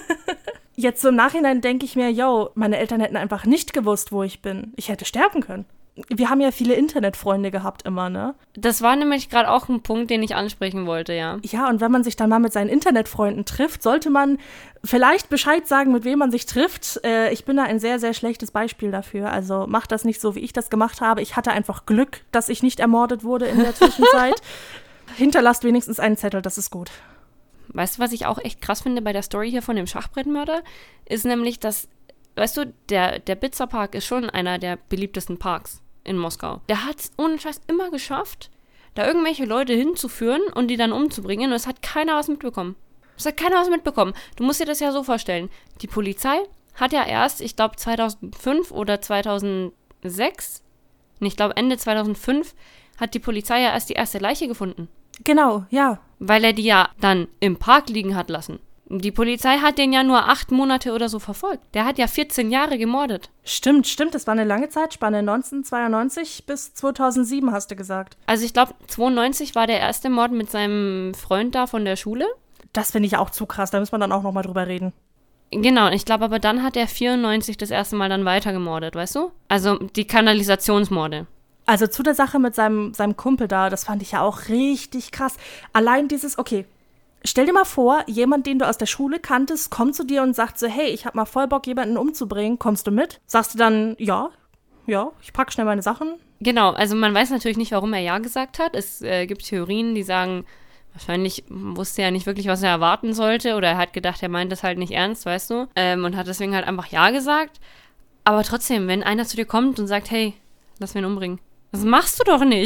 Jetzt so im Nachhinein denke ich mir, yo, meine Eltern hätten einfach nicht gewusst, wo ich bin. Ich hätte sterben können. Wir haben ja viele Internetfreunde gehabt immer, ne? Das war nämlich gerade auch ein Punkt, den ich ansprechen wollte, ja. Ja, und wenn man sich dann mal mit seinen Internetfreunden trifft, sollte man vielleicht Bescheid sagen, mit wem man sich trifft. Äh, ich bin da ein sehr, sehr schlechtes Beispiel dafür. Also macht das nicht so, wie ich das gemacht habe. Ich hatte einfach Glück, dass ich nicht ermordet wurde in der Zwischenzeit. Hinterlasst wenigstens einen Zettel, das ist gut. Weißt du, was ich auch echt krass finde bei der Story hier von dem Schachbrettmörder? Ist nämlich, dass, weißt du, der, der Bitzer Park ist schon einer der beliebtesten Parks in Moskau. Der hat es ohne Scheiß immer geschafft, da irgendwelche Leute hinzuführen und die dann umzubringen und es hat keiner was mitbekommen. Es hat keiner was mitbekommen. Du musst dir das ja so vorstellen. Die Polizei hat ja erst, ich glaube zweitausendfünf oder zweitausendsechs, ich glaube Ende zweitausendfünf, hat die Polizei ja erst die erste Leiche gefunden. Genau, ja. Weil er die ja dann im Park liegen hat lassen. Die Polizei hat den ja nur acht Monate oder so verfolgt. Der hat ja vierzehn Jahre gemordet. Stimmt, stimmt. Das war eine lange Zeitspanne. neunzehnhundertzweiundneunzig bis zweitausendsieben, hast du gesagt. Also ich glaube, zweiundneunzig war der erste Mord mit seinem Freund da von der Schule. Das finde ich auch zu krass. Da müssen wir dann auch nochmal drüber reden. Genau, ich glaube aber dann hat er vierundneunzig das erste Mal dann weiter gemordet, weißt du? Also die Kanalisationsmorde. Also zu der Sache mit seinem, seinem Kumpel da, das fand ich ja auch richtig krass. Allein dieses, okay, stell dir mal vor, jemand, den du aus der Schule kanntest, kommt zu dir und sagt so, hey, ich hab mal voll Bock, jemanden umzubringen, kommst du mit? Sagst du dann, ja, ja, ich pack schnell meine Sachen. Genau, also man weiß natürlich nicht, warum er ja gesagt hat. Es äh, gibt Theorien, die sagen, wahrscheinlich wusste er nicht wirklich, was er erwarten sollte oder er hat gedacht, er meint das halt nicht ernst, weißt du? Ähm, und hat deswegen halt einfach ja gesagt. Aber trotzdem, wenn einer zu dir kommt und sagt, hey, lass mich ihn umbringen. Das machst du doch nicht.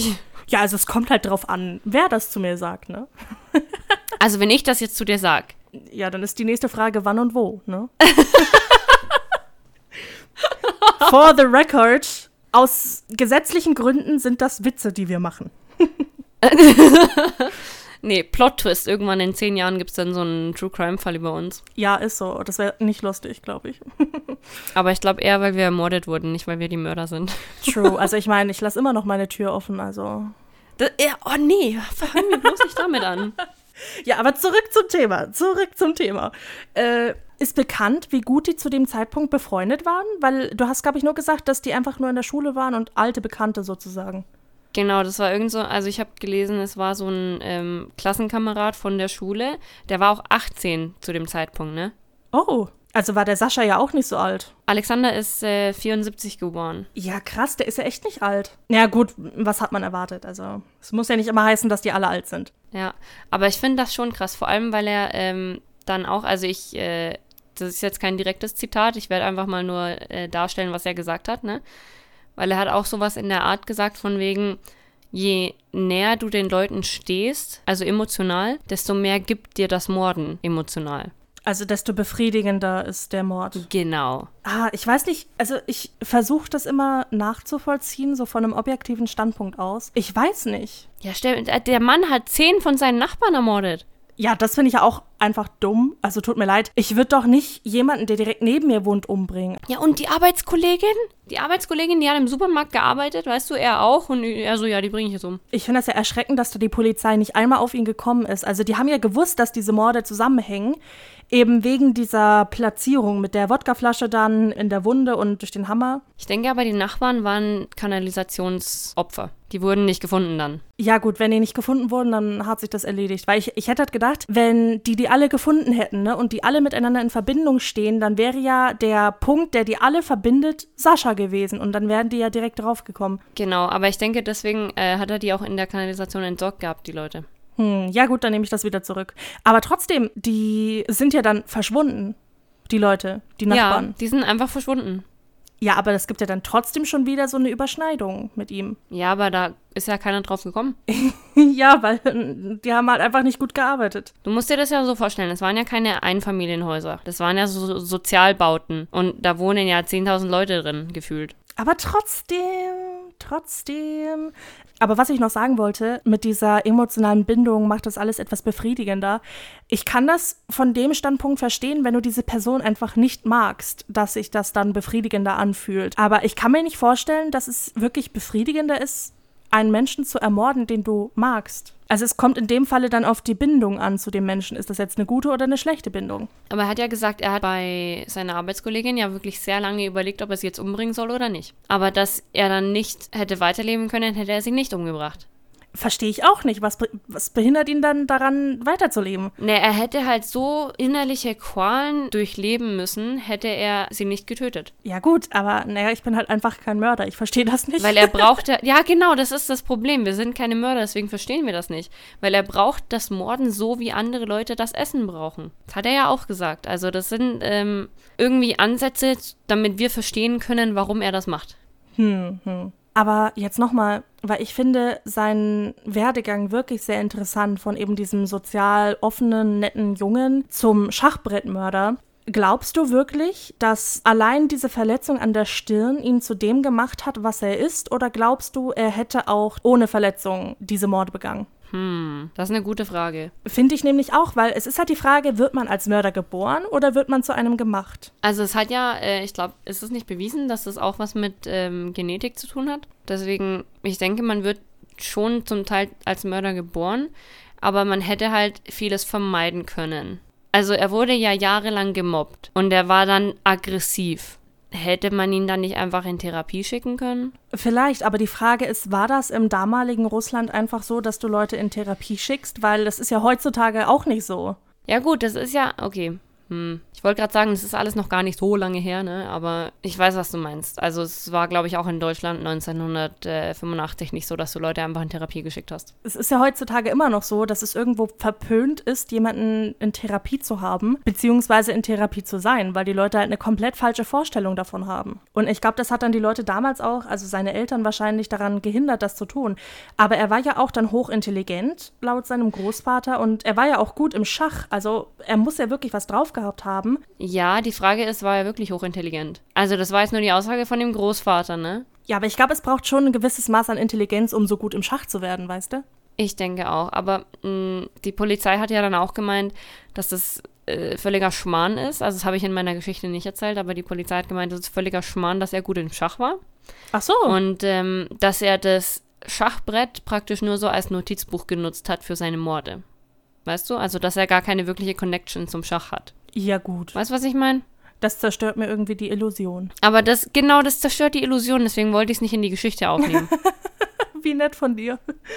Ja, also es kommt halt drauf an, wer das zu mir sagt, ne? Also wenn ich das jetzt zu dir sag. Ja, dann ist die nächste Frage, wann und wo, ne? For the record, aus gesetzlichen Gründen sind das Witze, die wir machen. Nee, Plot-Twist. Irgendwann in zehn Jahren gibt es dann so einen True-Crime-Fall über uns. Ja, ist so. Das wäre nicht lustig, glaube ich. Aber ich glaube eher, weil wir ermordet wurden, nicht weil wir die Mörder sind. True. Also ich meine, ich lasse immer noch meine Tür offen, also... Das, ja, oh nee, fangen wir bloß nicht damit an. Ja, aber zurück zum Thema. Zurück zum Thema. Äh, ist bekannt, wie gut die zu dem Zeitpunkt befreundet waren? Weil du hast, glaube ich, nur gesagt, dass die einfach nur in der Schule waren und alte Bekannte sozusagen. Genau, das war irgend so, also ich habe gelesen, es war so ein ähm, Klassenkamerad von der Schule, der war auch achtzehn zu dem Zeitpunkt, ne? Oh, also war der Sascha ja auch nicht so alt. Alexander ist äh, vierundsiebzig geboren. Ja, krass, der ist ja echt nicht alt. Ja gut, was hat man erwartet? Also es muss ja nicht immer heißen, dass die alle alt sind. Ja, aber ich finde das schon krass, vor allem, weil er ähm, dann auch, also ich, äh, das ist jetzt kein direktes Zitat, ich werde einfach mal nur äh, darstellen, was er gesagt hat, ne? Weil er hat auch sowas in der Art gesagt von wegen, je näher du den Leuten stehst, also emotional, desto mehr gibt dir das Morden emotional. Also desto befriedigender ist der Mord. Genau. Ah, ich weiß nicht, also ich versuche das immer nachzuvollziehen, so von einem objektiven Standpunkt aus. Ich weiß nicht. Ja, stell, der Mann hat zehn von seinen Nachbarn ermordet. Ja, das finde ich ja auch einfach dumm. Also tut mir leid. Ich würde doch nicht jemanden, der direkt neben mir wohnt, umbringen. Ja, und die Arbeitskollegin? Die Arbeitskollegin, die hat im Supermarkt gearbeitet, weißt du, er auch. Und er so, ja, die bringe ich jetzt um. Ich finde das ja erschreckend, dass da die Polizei nicht einmal auf ihn gekommen ist. Also die haben ja gewusst, dass diese Morde zusammenhängen. Eben wegen dieser Platzierung mit der Wodkaflasche dann in der Wunde und durch den Hammer. Ich denke aber, die Nachbarn waren Kanalisationsopfer. Die wurden nicht gefunden dann. Ja gut, wenn die nicht gefunden wurden, dann hat sich das erledigt. Weil ich, ich hätte halt gedacht, wenn die die alle gefunden hätten, ne, und die alle miteinander in Verbindung stehen, dann wäre ja der Punkt, der die alle verbindet, Sascha gewesen. Und dann wären die ja direkt draufgekommen. Genau, aber ich denke, deswegen äh, hat er die auch in der Kanalisation entsorgt gehabt, die Leute. Hm, ja gut, dann nehme ich das wieder zurück. Aber trotzdem, die sind ja dann verschwunden, die Leute, die Nachbarn. Ja, die sind einfach verschwunden. Ja, aber es gibt ja dann trotzdem schon wieder so eine Überschneidung mit ihm. Ja, aber da ist ja keiner drauf gekommen. Ja, weil die haben halt einfach nicht gut gearbeitet. Du musst dir das ja so vorstellen, es waren ja keine Einfamilienhäuser. Das waren ja so Sozialbauten. Und da wohnen ja zehntausend Leute drin, gefühlt. Aber trotzdem, trotzdem. Aber was ich noch sagen wollte, mit dieser emotionalen Bindung macht das alles etwas befriedigender. Ich kann das von dem Standpunkt verstehen, wenn du diese Person einfach nicht magst, dass sich das dann befriedigender anfühlt. Aber ich kann mir nicht vorstellen, dass es wirklich befriedigender ist, einen Menschen zu ermorden, den du magst. Also es kommt in dem Falle dann auf die Bindung an zu dem Menschen. Ist das jetzt eine gute oder eine schlechte Bindung? Aber er hat ja gesagt, er hat bei seiner Arbeitskollegin ja wirklich sehr lange überlegt, ob er sie jetzt umbringen soll oder nicht. Aber dass er dann nicht hätte weiterleben können, hätte er sie nicht umgebracht. Verstehe ich auch nicht. Was, was behindert ihn dann daran, weiterzuleben? Ne, er hätte halt so innerliche Qualen durchleben müssen, hätte er sie nicht getötet. Ja gut, aber naja, ich bin halt einfach kein Mörder. Ich verstehe das nicht. Weil er brauchte, ja genau, das ist das Problem. Wir sind keine Mörder, deswegen verstehen wir das nicht. Weil er braucht das Morden so, wie andere Leute das Essen brauchen. Das hat er ja auch gesagt. Also das sind ähm, irgendwie Ansätze, damit wir verstehen können, warum er das macht. Hm, hm. Aber jetzt nochmal, weil ich finde seinen Werdegang wirklich sehr interessant, von eben diesem sozial offenen, netten Jungen zum Schachbrettmörder. Glaubst du wirklich, dass allein diese Verletzung an der Stirn ihn zu dem gemacht hat, was er ist? Oder glaubst du, er hätte auch ohne Verletzung diese Morde begangen? Hm, das ist eine gute Frage. Finde ich nämlich auch, weil es ist halt die Frage, wird man als Mörder geboren oder wird man zu einem gemacht? Also es hat ja, äh, ich glaube, ist es nicht bewiesen, dass das auch was mit ähm, Genetik zu tun hat. Deswegen, ich denke, man wird schon zum Teil als Mörder geboren, aber man hätte halt vieles vermeiden können. Also er wurde ja jahrelang gemobbt und er war dann aggressiv. Hätte man ihn dann nicht einfach in Therapie schicken können? Vielleicht, aber die Frage ist, war das im damaligen Russland einfach so, dass du Leute in Therapie schickst? Weil das ist ja heutzutage auch nicht so. Ja gut, das ist ja, okay, hm, ich wollte gerade sagen, das ist alles noch gar nicht so lange her, ne? Aber ich weiß, was du meinst. Also es war, glaube ich, auch in Deutschland neunzehnhundertfünfundachtzig nicht so, dass du Leute einfach in Therapie geschickt hast. Es ist ja heutzutage immer noch so, dass es irgendwo verpönt ist, jemanden in Therapie zu haben, beziehungsweise in Therapie zu sein, weil die Leute halt eine komplett falsche Vorstellung davon haben. Und ich glaube, das hat dann die Leute damals auch, also seine Eltern wahrscheinlich daran gehindert, das zu tun. Aber er war ja auch dann hochintelligent, laut seinem Großvater, und er war ja auch gut im Schach. Also er muss ja wirklich was drauf gehabt haben. Ja, die Frage ist, war er wirklich hochintelligent? Also das war jetzt nur die Aussage von dem Großvater, ne? Ja, aber ich glaube, es braucht schon ein gewisses Maß an Intelligenz, um so gut im Schach zu werden, weißt du? Ich denke auch, aber mh, die Polizei hat ja dann auch gemeint, dass das äh, völliger Schmarrn ist. Also das habe ich in meiner Geschichte nicht erzählt, aber die Polizei hat gemeint, das ist völliger Schmarrn, dass er gut im Schach war. Ach so. Und ähm, dass er das Schachbrett praktisch nur so als Notizbuch genutzt hat für seine Morde. Weißt du? Also, dass er gar keine wirkliche Connection zum Schach hat. Ja, gut. Weißt du, was ich meine? Das zerstört mir irgendwie die Illusion. Aber das, genau, das zerstört die Illusion, deswegen wollte ich es nicht in die Geschichte aufnehmen. Wie nett von dir.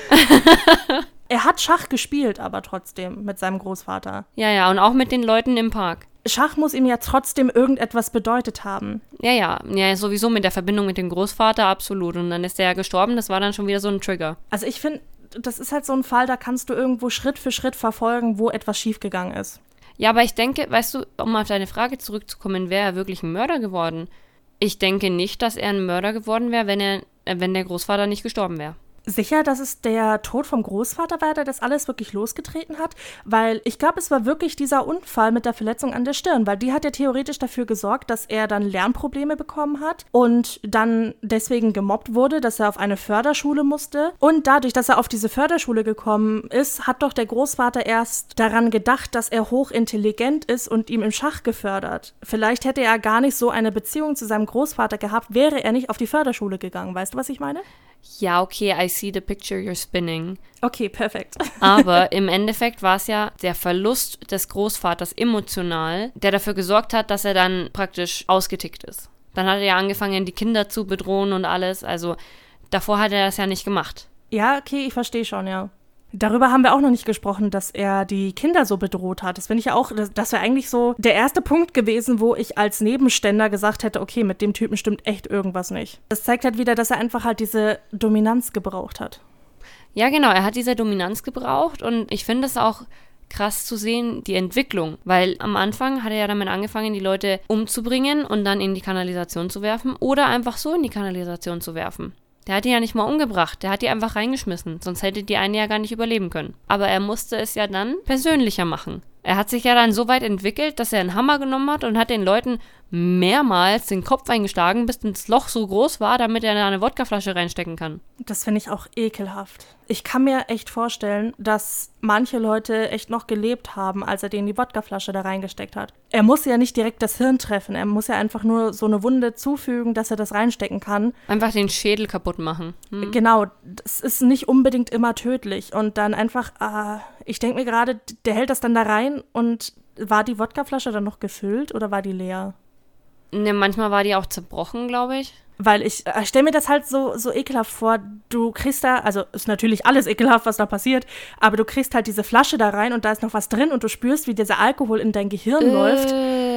Er hat Schach gespielt, aber trotzdem mit seinem Großvater. Ja, ja, und auch mit den Leuten im Park. Schach muss ihm ja trotzdem irgendetwas bedeutet haben. Ja, ja, ja, sowieso mit der Verbindung mit dem Großvater, absolut. Und dann ist der ja gestorben, das war dann schon wieder so ein Trigger. Also ich finde, das ist halt so ein Fall, da kannst du irgendwo Schritt für Schritt verfolgen, wo etwas schiefgegangen ist. Ja, aber ich denke, weißt du, um auf deine Frage zurückzukommen, wäre er wirklich ein Mörder geworden? Ich denke nicht, dass er ein Mörder geworden wäre, wenn er, äh, wenn der Großvater nicht gestorben wäre. Sicher, dass es der Tod vom Großvater war, der das alles wirklich losgetreten hat? Weil ich glaube, es war wirklich dieser Unfall mit der Verletzung an der Stirn, weil die hat ja theoretisch dafür gesorgt, dass er dann Lernprobleme bekommen hat und dann deswegen gemobbt wurde, dass er auf eine Förderschule musste. Und dadurch, dass er auf diese Förderschule gekommen ist, hat doch der Großvater erst daran gedacht, dass er hochintelligent ist und ihm im Schach gefördert. Vielleicht hätte er gar nicht so eine Beziehung zu seinem Großvater gehabt, wäre er nicht auf die Förderschule gegangen. Weißt du, was ich meine? Ja, okay, I see the picture you're spinning. Okay, perfekt. Aber im Endeffekt war es ja der Verlust des Großvaters emotional, der dafür gesorgt hat, dass er dann praktisch ausgetickt ist. Dann hat er ja angefangen, die Kinder zu bedrohen und alles. Also davor hat er das ja nicht gemacht. Ja, okay, ich verstehe schon, ja. Darüber haben wir auch noch nicht gesprochen, dass er die Kinder so bedroht hat. Das finde ich ja auch, das, das wäre eigentlich so der erste Punkt gewesen, wo ich als Nebenständer gesagt hätte, okay, mit dem Typen stimmt echt irgendwas nicht. Das zeigt halt wieder, dass er einfach halt diese Dominanz gebraucht hat. Ja, genau, er hat diese Dominanz gebraucht und ich finde es auch krass zu sehen, die Entwicklung. Weil am Anfang hat er ja damit angefangen, die Leute umzubringen und dann in die Kanalisation zu werfen oder einfach so in die Kanalisation zu werfen. Der hat die ja nicht mal umgebracht, der hat die einfach reingeschmissen, sonst hätte die eine ja gar nicht überleben können. Aber er musste es ja dann persönlicher machen. Er hat sich ja dann so weit entwickelt, dass er einen Hammer genommen hat und hat den Leuten mehrmals den Kopf eingeschlagen, bis das Loch so groß war, damit er da eine Wodkaflasche reinstecken kann. Das finde ich auch ekelhaft. Ich kann mir echt vorstellen, dass manche Leute echt noch gelebt haben, als er denen die Wodkaflasche da reingesteckt hat. Er muss ja nicht direkt das Hirn treffen, er muss ja einfach nur so eine Wunde zufügen, dass er das reinstecken kann. Einfach den Schädel kaputt machen. Hm. Genau, das ist nicht unbedingt immer tödlich. Und dann einfach, äh, ich denke mir gerade, der hält das dann da rein und war die Wodkaflasche dann noch gefüllt oder war die leer? Ne, manchmal war die auch zerbrochen, glaube ich. Weil ich, ich stelle mir das halt so, so ekelhaft vor, du kriegst da, also ist natürlich alles ekelhaft, was da passiert, aber du kriegst halt diese Flasche da rein und da ist noch was drin und du spürst, wie dieser Alkohol in dein Gehirn äh. läuft.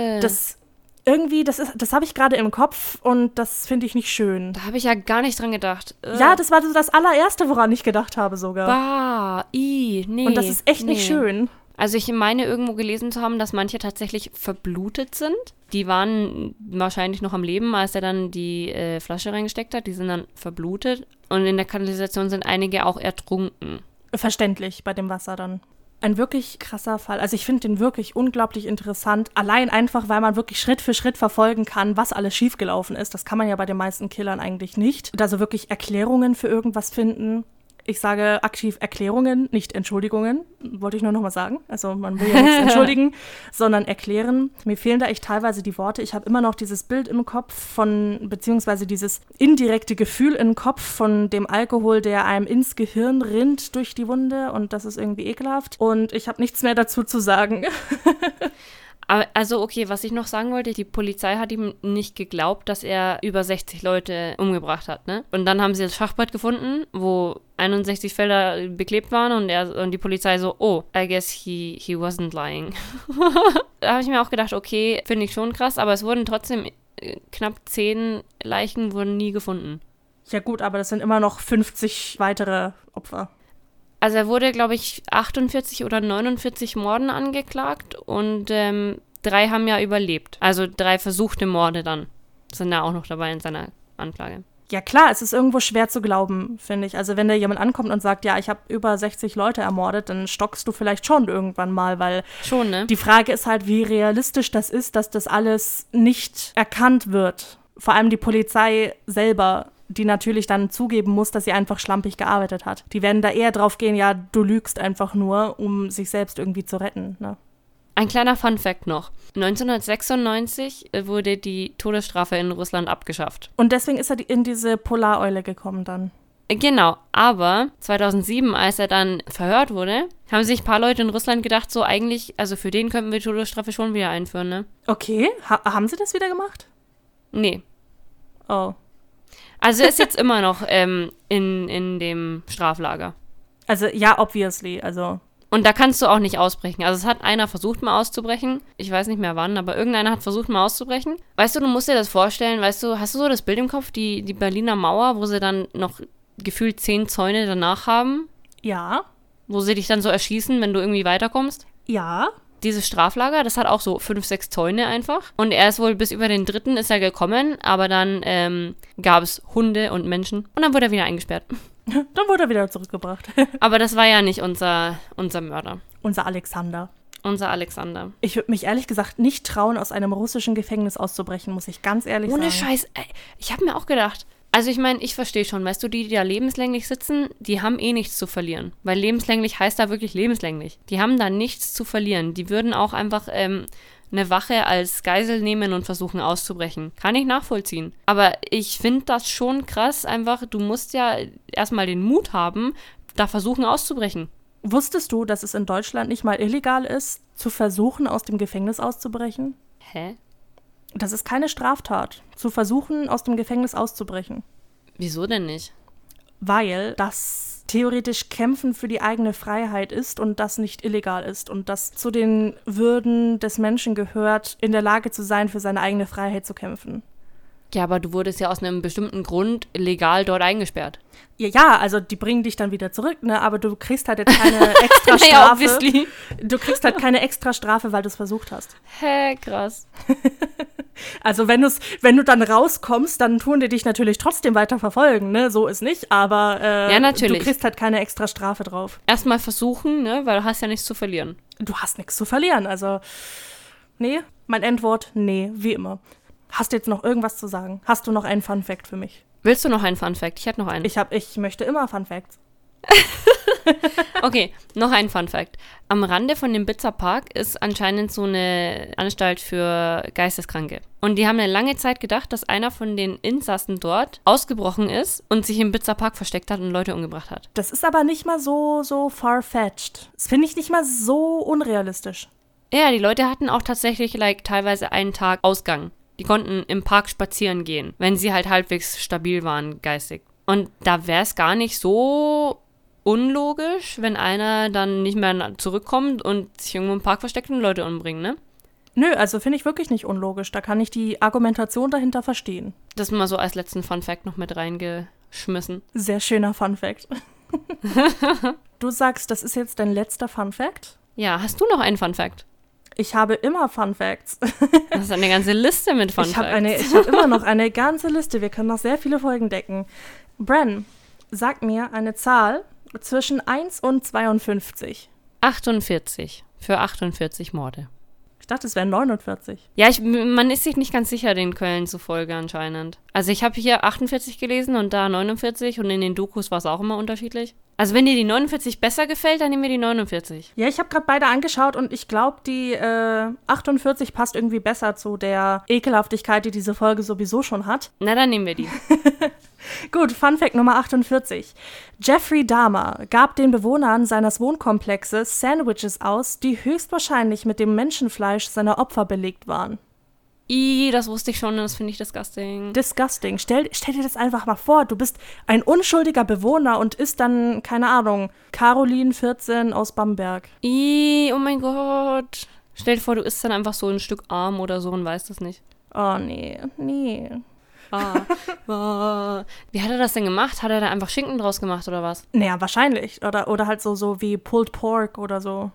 Das irgendwie, das ist, das habe ich gerade im Kopf und das finde ich nicht schön. Da habe ich ja gar nicht dran gedacht. Äh. Ja, das war so das allererste, woran ich gedacht habe sogar. Bah, i, nee. Und das ist echt nee. nicht schön. Also ich meine irgendwo gelesen zu haben, dass manche tatsächlich verblutet sind. Die waren wahrscheinlich noch am Leben, als er dann die äh, Flasche reingesteckt hat. Die sind dann verblutet. Und in der Kanalisation sind einige auch ertrunken. Verständlich bei dem Wasser dann. Ein wirklich krasser Fall. Also ich finde den wirklich unglaublich interessant. Allein einfach, weil man wirklich Schritt für Schritt verfolgen kann, was alles schiefgelaufen ist. Das kann man ja bei den meisten Killern eigentlich nicht. Und also wirklich Erklärungen für irgendwas finden. Ich sage aktiv Erklärungen, nicht Entschuldigungen, wollte ich nur noch mal sagen. Also man will ja nichts entschuldigen, sondern erklären. Mir fehlen da echt teilweise die Worte. Ich habe immer noch dieses Bild im Kopf von, beziehungsweise dieses indirekte Gefühl im Kopf von dem Alkohol, der einem ins Gehirn rinnt durch die Wunde und das ist irgendwie ekelhaft. Und ich habe nichts mehr dazu zu sagen. Aber also okay, was ich noch sagen wollte, die Polizei hat ihm nicht geglaubt, dass er über sechzig Leute umgebracht hat, ne? Und dann haben sie das Schachbrett gefunden, wo einundsechzig Felder beklebt waren und er und die Polizei so, oh, I guess he, he wasn't lying. Da habe ich mir auch gedacht, okay, finde ich schon krass, aber es wurden trotzdem knapp zehn Leichen wurden nie gefunden. Ja gut, aber das sind immer noch fünfzig weitere Opfer. Also er wurde, glaube ich, achtundvierzig oder neunundvierzig Morden angeklagt und ähm, drei haben ja überlebt. Also drei versuchte Morde dann sind da auch noch dabei in seiner Anklage. Ja klar, es ist irgendwo schwer zu glauben, finde ich. Also wenn da jemand ankommt und sagt, ja, ich habe über sechzig Leute ermordet, dann stockst du vielleicht schon irgendwann mal, weil schon, ne? Die Frage ist halt, wie realistisch das ist, dass das alles nicht erkannt wird. Vor allem die Polizei selber, die natürlich dann zugeben muss, dass sie einfach schlampig gearbeitet hat. Die werden da eher drauf gehen, ja, du lügst einfach nur, um sich selbst irgendwie zu retten, ne? Ein kleiner Funfact noch. neunzehnhundertsechsundneunzig wurde die Todesstrafe in Russland abgeschafft. Und deswegen ist er in diese Polareule gekommen dann. Genau, aber zweitausendsieben, als er dann verhört wurde, haben sich ein paar Leute in Russland gedacht, so eigentlich, also für den könnten wir die Todesstrafe schon wieder einführen, ne? Okay, ha- haben sie das wieder gemacht? Nee. Oh. Also er ist jetzt immer noch ähm, in, in dem Straflager. Also ja, obviously, also... Und da kannst du auch nicht ausbrechen. Also es hat einer versucht mal auszubrechen. Ich weiß nicht mehr wann, aber irgendeiner hat versucht mal auszubrechen. Weißt du, du musst dir das vorstellen, weißt du, hast du so das Bild im Kopf, die, die Berliner Mauer, wo sie dann noch gefühlt zehn Zäune danach haben? Ja. Wo sie dich dann so erschießen, wenn du irgendwie weiterkommst? Ja. Dieses Straflager, das hat auch so fünf, sechs Zäune einfach. Und er ist wohl bis über den dritten ist er gekommen, aber dann ähm, gab es Hunde und Menschen. Und dann wurde er wieder eingesperrt. Dann wurde er wieder zurückgebracht. Aber das war ja nicht unser, unser Mörder. Unser Alexander. Unser Alexander. Ich würde mich ehrlich gesagt nicht trauen, aus einem russischen Gefängnis auszubrechen, muss ich ganz ehrlich Ohne sagen. Ohne Scheiß. Ey, ich habe mir auch gedacht, also ich meine, ich verstehe schon, weißt du, die, die da lebenslänglich sitzen, die haben eh nichts zu verlieren. Weil lebenslänglich heißt da wirklich lebenslänglich. Die haben da nichts zu verlieren. Die würden auch einfach ähm, eine Wache als Geisel nehmen und versuchen auszubrechen. Kann ich nachvollziehen. Aber ich finde das schon krass, einfach, du musst ja erstmal den Mut haben, da versuchen auszubrechen. Wusstest du, dass es in Deutschland nicht mal illegal ist, zu versuchen, aus dem Gefängnis auszubrechen? Hä? Das ist keine Straftat, zu versuchen, aus dem Gefängnis auszubrechen. Wieso denn nicht? Weil das theoretisch Kämpfen für die eigene Freiheit ist und das nicht illegal ist und das zu den Würden des Menschen gehört, in der Lage zu sein, für seine eigene Freiheit zu kämpfen. Ja, aber du wurdest ja aus einem bestimmten Grund legal dort eingesperrt. Ja, ja, also die bringen dich dann wieder zurück, ne? Aber du kriegst halt jetzt keine extra Strafe. Ja, obviously. Du kriegst halt keine extra Strafe, weil du es versucht hast. Hä, krass. Also wenn, du's, wenn du dann rauskommst, dann tun die dich natürlich trotzdem weiter verfolgen, ne? So ist nicht, aber äh, ja, natürlich. Du kriegst halt keine extra Strafe drauf. Erstmal versuchen, ne? Weil du hast ja nichts zu verlieren. Du hast nichts zu verlieren, also nee, mein Endwort, nee, wie immer. Hast du jetzt noch irgendwas zu sagen? Hast du noch einen Fun-Fact für mich? Willst du noch einen Fun-Fact? Ich hätte noch einen. Ich, hab, ich möchte immer Fun-Facts. Okay, noch ein Fun-Fact. Am Rande von dem Bitzer Park ist anscheinend so eine Anstalt für Geisteskranke. Und die haben eine lange Zeit gedacht, dass einer von den Insassen dort ausgebrochen ist und sich im Bitzer Park versteckt hat und Leute umgebracht hat. Das ist aber nicht mal so, so far-fetched. Das finde ich nicht mal so unrealistisch. Ja, die Leute hatten auch tatsächlich like, teilweise einen Tag Ausgang. Die konnten im Park spazieren gehen, wenn sie halt halbwegs stabil waren, geistig. Und da wäre es gar nicht so unlogisch, wenn einer dann nicht mehr zurückkommt und sich irgendwo im Park versteckt und Leute umbringt, ne? Nö, also finde ich wirklich nicht unlogisch. Da kann ich die Argumentation dahinter verstehen. Das mal so als letzten Fun-Fact noch mit reingeschmissen. Sehr schöner Fun-Fact. Du sagst, das ist jetzt dein letzter Fun-Fact? Ja, hast du noch einen Fun-Fact? Ich habe immer Fun-Facts. Das ist eine ganze Liste mit Fun-Facts. Ich habe eine, ich habe immer noch eine ganze Liste. Wir können noch sehr viele Folgen decken. Bren, sag mir eine Zahl zwischen eins und zweiundfünfzig. achtundvierzig. Für achtundvierzig Morde. Ich dachte, es wären neunundvierzig. Ja, ich, man ist sich nicht ganz sicher den Quellen zufolge anscheinend. Also ich habe hier achtundvierzig gelesen und da neunundvierzig und in den Dokus war es auch immer unterschiedlich. Also wenn dir die neunundvierzig besser gefällt, dann nehmen wir die neunundvierzig. Ja, ich habe gerade beide angeschaut und ich glaube, die äh, achtundvierzig passt irgendwie besser zu der Ekelhaftigkeit, die diese Folge sowieso schon hat. Na, dann nehmen wir die. Gut, Fun Fact Nummer achtundvierzig. Jeffrey Dahmer gab den Bewohnern seines Wohnkomplexes Sandwiches aus, die höchstwahrscheinlich mit dem Menschenfleisch seiner Opfer belegt waren. Ih, das wusste ich schon, das finde ich disgusting. Disgusting. Stell, stell dir das einfach mal vor, du bist ein unschuldiger Bewohner und isst dann, keine Ahnung, Caroline, vierzehn, aus Bamberg. Ih, oh mein Gott. Stell dir vor, du isst dann einfach so ein Stück Arm oder so und weißt das nicht. Oh, nee, nee. Ah, ah. Wie hat er das denn gemacht? Hat er da einfach Schinken draus gemacht oder was? Naja, wahrscheinlich. Oder, oder halt so, so wie Pulled Pork oder so.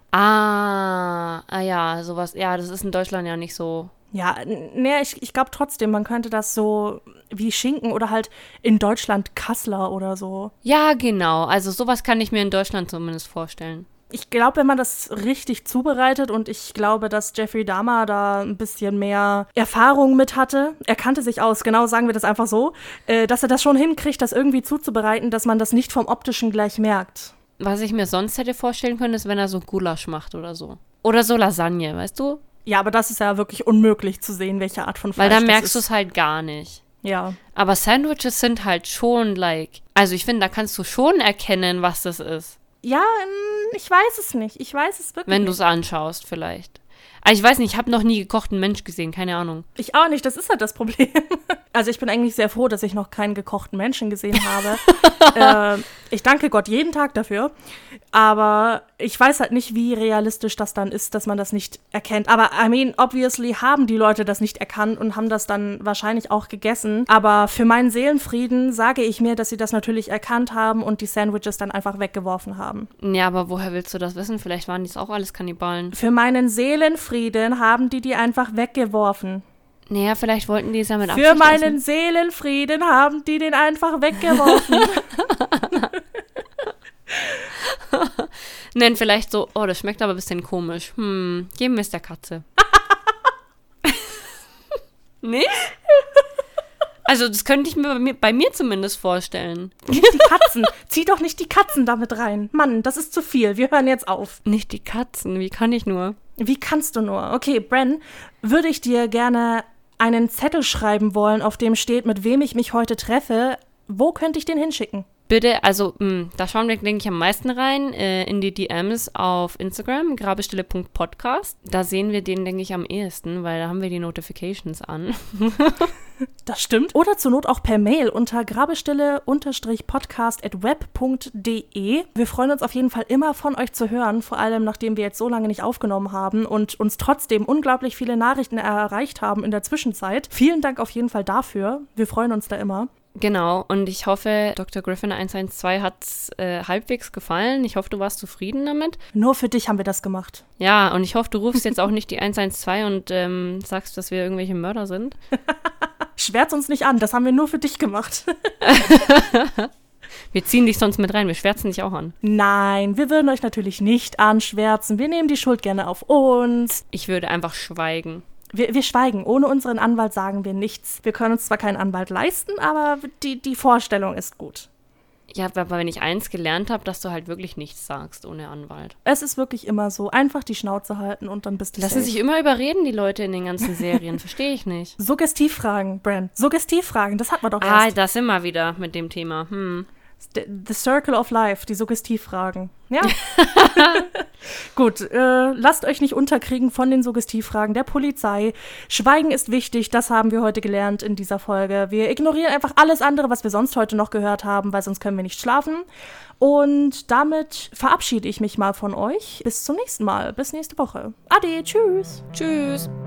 Ah, ah ja, sowas. Ja, das ist in Deutschland ja nicht so. Ja, nee, ich, ich glaube trotzdem, man könnte das so wie Schinken oder halt in Deutschland Kassler oder so. Ja, genau. Also sowas kann ich mir in Deutschland zumindest vorstellen. Ich glaube, wenn man das richtig zubereitet, und ich glaube, dass Jeffrey Dahmer da ein bisschen mehr Erfahrung mit hatte, er kannte sich aus, genau, sagen wir das einfach so, äh, dass er das schon hinkriegt, das irgendwie zuzubereiten, dass man das nicht vom Optischen gleich merkt. Was ich mir sonst hätte vorstellen können, ist, wenn er so Gulasch macht oder so. Oder so Lasagne, weißt du? Ja, aber das ist ja wirklich unmöglich zu sehen, welche Art von Fleisch das ist. Weil dann das merkst du es halt gar nicht. Ja. Aber Sandwiches sind halt schon, like, also ich finde, da kannst du schon erkennen, was das ist. Ja, ich weiß es nicht. Ich weiß es wirklich Wenn du nicht. es anschaust, vielleicht. Aber ich weiß nicht, ich habe noch nie gekochten Mensch gesehen, keine Ahnung. Ich auch nicht, das ist halt das Problem. Also ich bin eigentlich sehr froh, dass ich noch keinen gekochten Menschen gesehen habe. äh, ich danke Gott jeden Tag dafür. Aber ich weiß halt nicht, wie realistisch das dann ist, dass man das nicht erkennt. Aber I mean, obviously haben die Leute das nicht erkannt und haben das dann wahrscheinlich auch gegessen. Aber für meinen Seelenfrieden sage ich mir, dass sie das natürlich erkannt haben und die Sandwiches dann einfach weggeworfen haben. Ja, aber woher willst du das wissen? Vielleicht waren dies auch alles Kannibalen. Für meinen Seelenfrieden haben die die einfach weggeworfen. Naja, vielleicht wollten die es ja mit Absicht Für meinen essen. Seelenfrieden haben die den einfach weggeworfen. Nennen vielleicht so, oh, das schmeckt aber ein bisschen komisch. Hm, geben wir es der Katze. Nee? Also das könnte ich mir bei, mir bei mir zumindest vorstellen. Nicht die Katzen. Zieh doch nicht die Katzen damit rein. Mann, das ist zu viel. Wir hören jetzt auf. Nicht die Katzen, wie kann ich nur? Wie kannst du nur? Okay, Bren, würde ich dir gerne einen Zettel schreiben wollen, auf dem steht, mit wem ich mich heute treffe. Wo könnte ich den hinschicken? Bitte, also, mh, da schauen wir, denke ich, am meisten rein, äh, in die D Ms auf Instagram, grabestille punkt podcast. Da sehen wir den, denke ich, am ehesten, weil da haben wir die Notifications an. Das stimmt. Oder zur Not auch per Mail unter grabestille-podcast at web punkt de. Wir freuen uns auf jeden Fall immer von euch zu hören, vor allem nachdem wir jetzt so lange nicht aufgenommen haben und uns trotzdem unglaublich viele Nachrichten erreicht haben in der Zwischenzeit. Vielen Dank auf jeden Fall dafür. Wir freuen uns da immer. Genau, und ich hoffe, Doktor Griffin eins eins zwei hat es äh, halbwegs gefallen. Ich hoffe, du warst zufrieden damit. Nur für dich haben wir das gemacht. Ja, und ich hoffe, du rufst jetzt auch nicht die eins eins zwei und ähm, sagst, dass wir irgendwelche Mörder sind. Schwärz uns nicht an, das haben wir nur für dich gemacht. Wir ziehen dich sonst mit rein, wir schwärzen dich auch an. Nein, wir würden euch natürlich nicht anschwärzen. Wir nehmen die Schuld gerne auf uns. Ich würde einfach schweigen. Wir, wir schweigen. Ohne unseren Anwalt sagen wir nichts. Wir können uns zwar keinen Anwalt leisten, aber die, die Vorstellung ist gut. Ja, aber wenn ich eins gelernt habe, dass du halt wirklich nichts sagst ohne Anwalt. Es ist wirklich immer so. Einfach die Schnauze halten und dann bist du Lassen safe. sich immer überreden, die Leute in den ganzen Serien. Verstehe ich nicht. Suggestivfragen, Bran. Suggestivfragen, das hat man doch Ah, erst. da sind wir wieder mit dem Thema. Hm. The, the Circle of Life, die Suggestivfragen. Ja. Gut, äh, lasst euch nicht unterkriegen von den Suggestivfragen der Polizei. Schweigen ist wichtig, das haben wir heute gelernt in dieser Folge. Wir ignorieren einfach alles andere, was wir sonst heute noch gehört haben, weil sonst können wir nicht schlafen. Und damit verabschiede ich mich mal von euch. Bis zum nächsten Mal. Bis nächste Woche. Ade, tschüss. Tschüss.